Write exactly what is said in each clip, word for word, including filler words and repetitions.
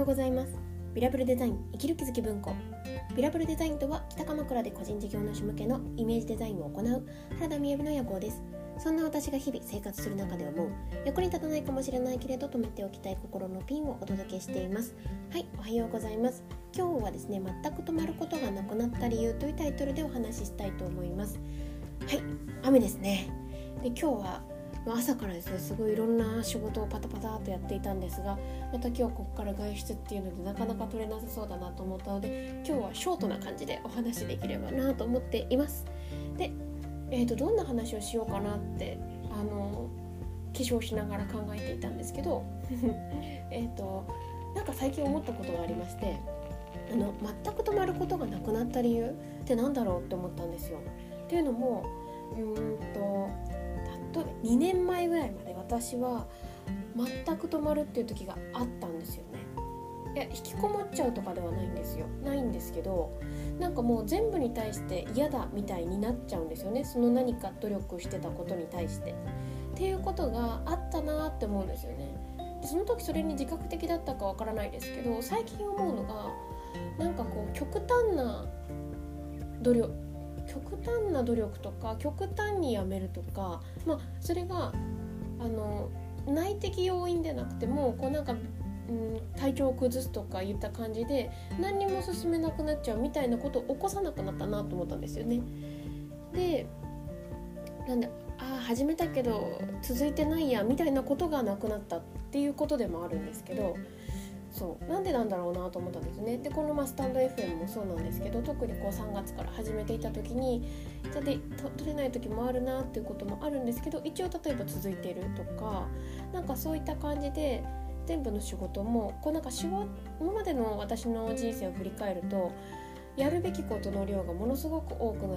ございます。ビラブルデザイン生きる気づき文庫。ビラブルデザインとは北鎌倉で個人事業主向けのイメージデザインを行う原田みやびの野号です。そんな私が日々生活する中で思う役に立たないかもしれないけれど止めておきたい心のピンをお届けしています。はい、おはようございます。今日はですね、全く止まることがなくなった理由というタイトルでお話ししたいと思います。はい、雨ですね。で、今日は朝からですね、すごいいろんな仕事をパタパタとやっていたんですが、また今日ここから外出っていうのでなかなか取れなさそうだなと思ったので、今日はショートな感じでお話しできればなと思っています。で、えーと、どんな話をしようかなってあの化粧しながら考えていたんですけどえっとなんか最近思ったことがありまして、あの全く止まることがなくなった理由ってなんだろうって思ったんですよ。っていうのもうーんとにねんまえぐらいまで私は全く止まるっていう時があったんですよね。いや、引きこもっちゃうとかではないんですよないんですけど、なんかもう全部に対して嫌だみたいになっちゃうんですよね。その何か努力してたことに対してっていうことがあったなって思うんですよね。で、その時それに自覚的だったかわからないですけど、最近思うのがなんかこう極端な努力極端な努力とか極端にやめるとか、まあ、それがあの内的要因でなくてもこうなんか、うん、体調を崩すとかいった感じで何にも進めなくなっちゃうみたいなことを起こさなくなったなと思ったんですよね。で、なんでああ始めたけど続いてないやみたいなことがなくなったっていうことでもあるんですけど、そうなんでなんだろうなと思ったんですね。で、このまあスタンド エフエム もそうなんですけど、特にこうさんがつから始めていた時にじゃで取れない時もあるなっていうこともあるんですけど、一応例えば続いてるとか、なんかそういった感じで全部の仕事もこうなんか仕事今までの私の人生を振り返ると、やるべきことの量がものすごく多くなって、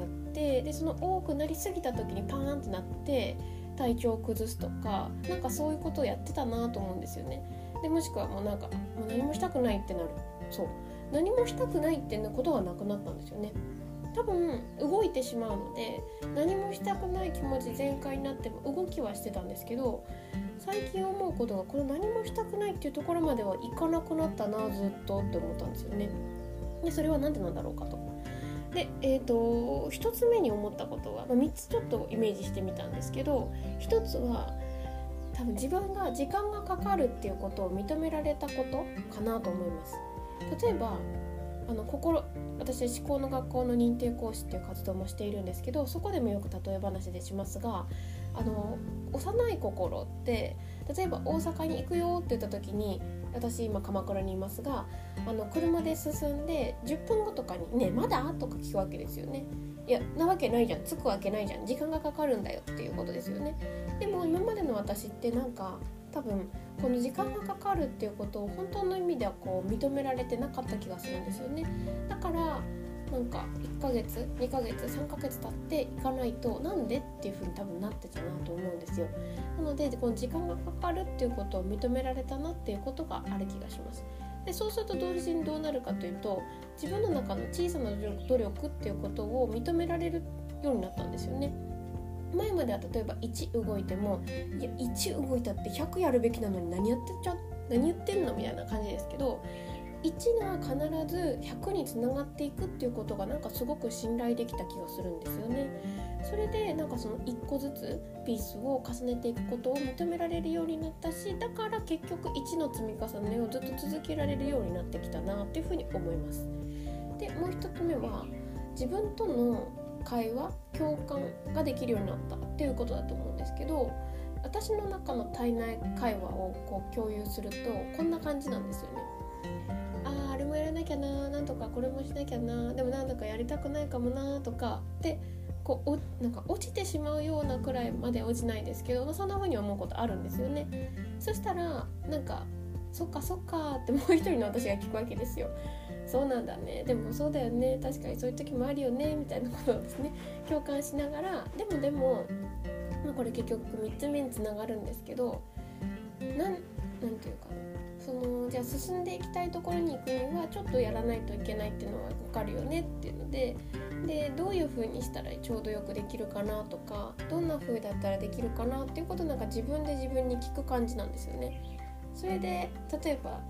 でその多くなりすぎた時にパーンってなって体調を崩すとか、なんかそういうことをやってたなと思うんですよね。で、もしくはもうなんかもう何もしたくないってなる。そう何もしたくないっていうことがなくなったんですよね。多分動いてしまうので何もしたくない気持ち全開になっても動きはしてたんですけど、最近思うことがこの何もしたくないっていうところまではいかなくなったなずっとって思ったんですよね。で、それはなんでなんだろうかと。で、えーとひとつめに思ったことは、まあ、みっつちょっとイメージしてみたんですけど、ひとつは多分自分が時間がかかるっていうことを認められたことかなと思います。例えばあの心私思考の学校の認定講師っていう活動もしているんですけど、そこでもよく例え話でしますが、あの幼い心って例えば大阪に行くよって言った時に、私今鎌倉にいますが、あの車で進んでじゅっぷんごとかにねまだとか聞くわけですよね。いやなわけないじゃん、着くわけないじゃん、時間がかかるんだよっていうことですよね。でも今までの私ってなんか多分この時間がかかるっていうことを本当の意味ではこう認められてなかった気がするんですよね。だからなんかいっかげつにかげつさんかげつ経っていかないとなんでっていう風に多分なってたなと思うんですよ。なのでこの時間がかかるっていうことを認められたなっていうことがある気がします。で、そうすると同時にどうなるかというと、自分の中の小さな努力っていうことを認められるようになったんですよね。前までは例えばいち動いても、いやいち動いたってひゃくやるべきなのに何やってちゃ何言ってんのみたいな感じですけど、いちが必ずひゃくにつながっていくっていうことがなんかすごく信頼できた気がするんですよね。それでなんかそのいっこずつピースを重ねていくことを認められるようになったし、だから結局いちの積み重ねをずっと続けられるようになってきたなっていうふうに思います。で、もう一つ目は自分との会話共感ができるようになったっていうことだと思うんですけど、私の中の体内会話をこう共有するとこんな感じなんですよね。あーあれもやらなきゃな、なんとかこれもしなきゃな、でもなんだかやりたくないかもなとかでこうおなんか落ちてしまうようなくらいまで落ちないですけど、まあ、そんな風に思うことあるんですよね。そしたらなんかそっかそっかってもう一人の私が聞くわけですよ。そうなんだね、でもそうだよね、確かにそういう時もあるよねみたいなことをですね共感しながら、でもでも、まあ、これ結局みっつめにつながるんですけど、なんなんていうかな、そのじゃあ進んでいきたいところに行くにはちょっとやらないといけないっていうのは分かるよねっていうので、でどういう風にしたらちょうどよくできるかなとか、どんな風だったらできるかなっていうことをなんか自分で自分に聞く感じなんですよね。それで例えば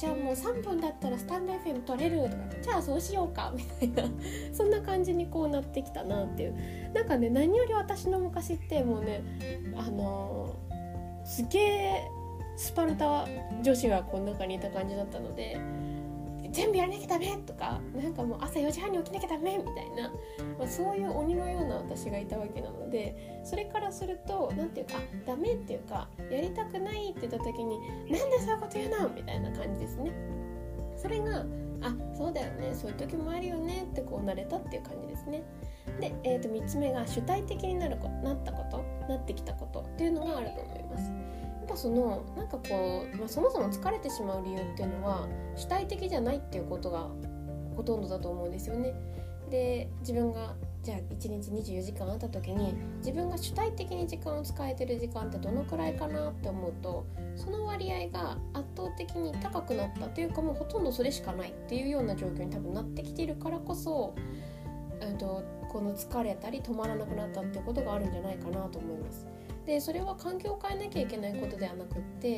じゃあもうさんぷんだったらスタンド エフエム 取れるとか、じゃあそうしようかみたいなそんな感じにこうなってきたなっていう。なんかね、何より私の昔ってもうね、あのー、すげえスパルタ女子がこの中にいた感じだったので、全部やらなきゃダメとか、なんかもう朝よじはんに起きなきゃダメみたいな、まあ、そういう鬼のような私がいたわけなので、それからするとなんていうか、ダメっていうか、やりたくないって言った時に、なんでそういうこと言うのみたいな感じですね。それが、あ、そうだよね、そういう時もあるよねってこうなれたっていう感じですね。で、えー、とみっつめが主体的になるこなったことなってきたことっていうのがあると思います。やっぱそのなんかこう、まあ、そもそも疲れてしまう理由っていうのは主体的じゃないっていうことがほとんどだと思うんですよね。で、自分がじゃあいちにちにじゅうよじかんあった時に、自分が主体的に時間を使えてる時間ってどのくらいかなって思うと、その割合が圧倒的に高くなったというか、もうほとんどそれしかないっていうような状況に多分なってきているからこそ、えーと、この疲れたり止まらなくなったっていうことがあるんじゃないかなと思います。で、それは環境を変えなきゃいけないことではなくって、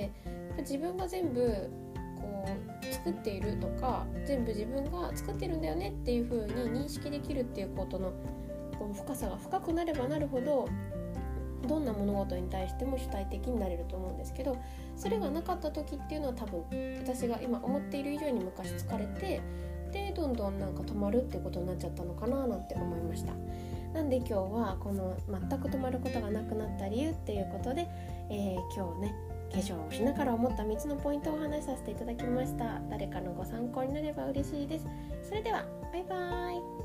自分が全部こう作っているとか、全部自分が作ってるんだよねっていう風に認識できるっていうことのこの深さが深くなればなるほど、どんな物事に対しても主体的になれると思うんですけど、それがなかった時っていうのは多分私が今思っている以上に昔疲れて、でどんどんなんか止まるっていうことになっちゃったのかななんて思いました。なんで今日はこの全く止まることがなくなった理由っていうことで、えー、今日ね化粧をしながら思ったみっつのポイントをお話しさせていただきました。誰かのご参考になれば嬉しいです。それではバイバーイ。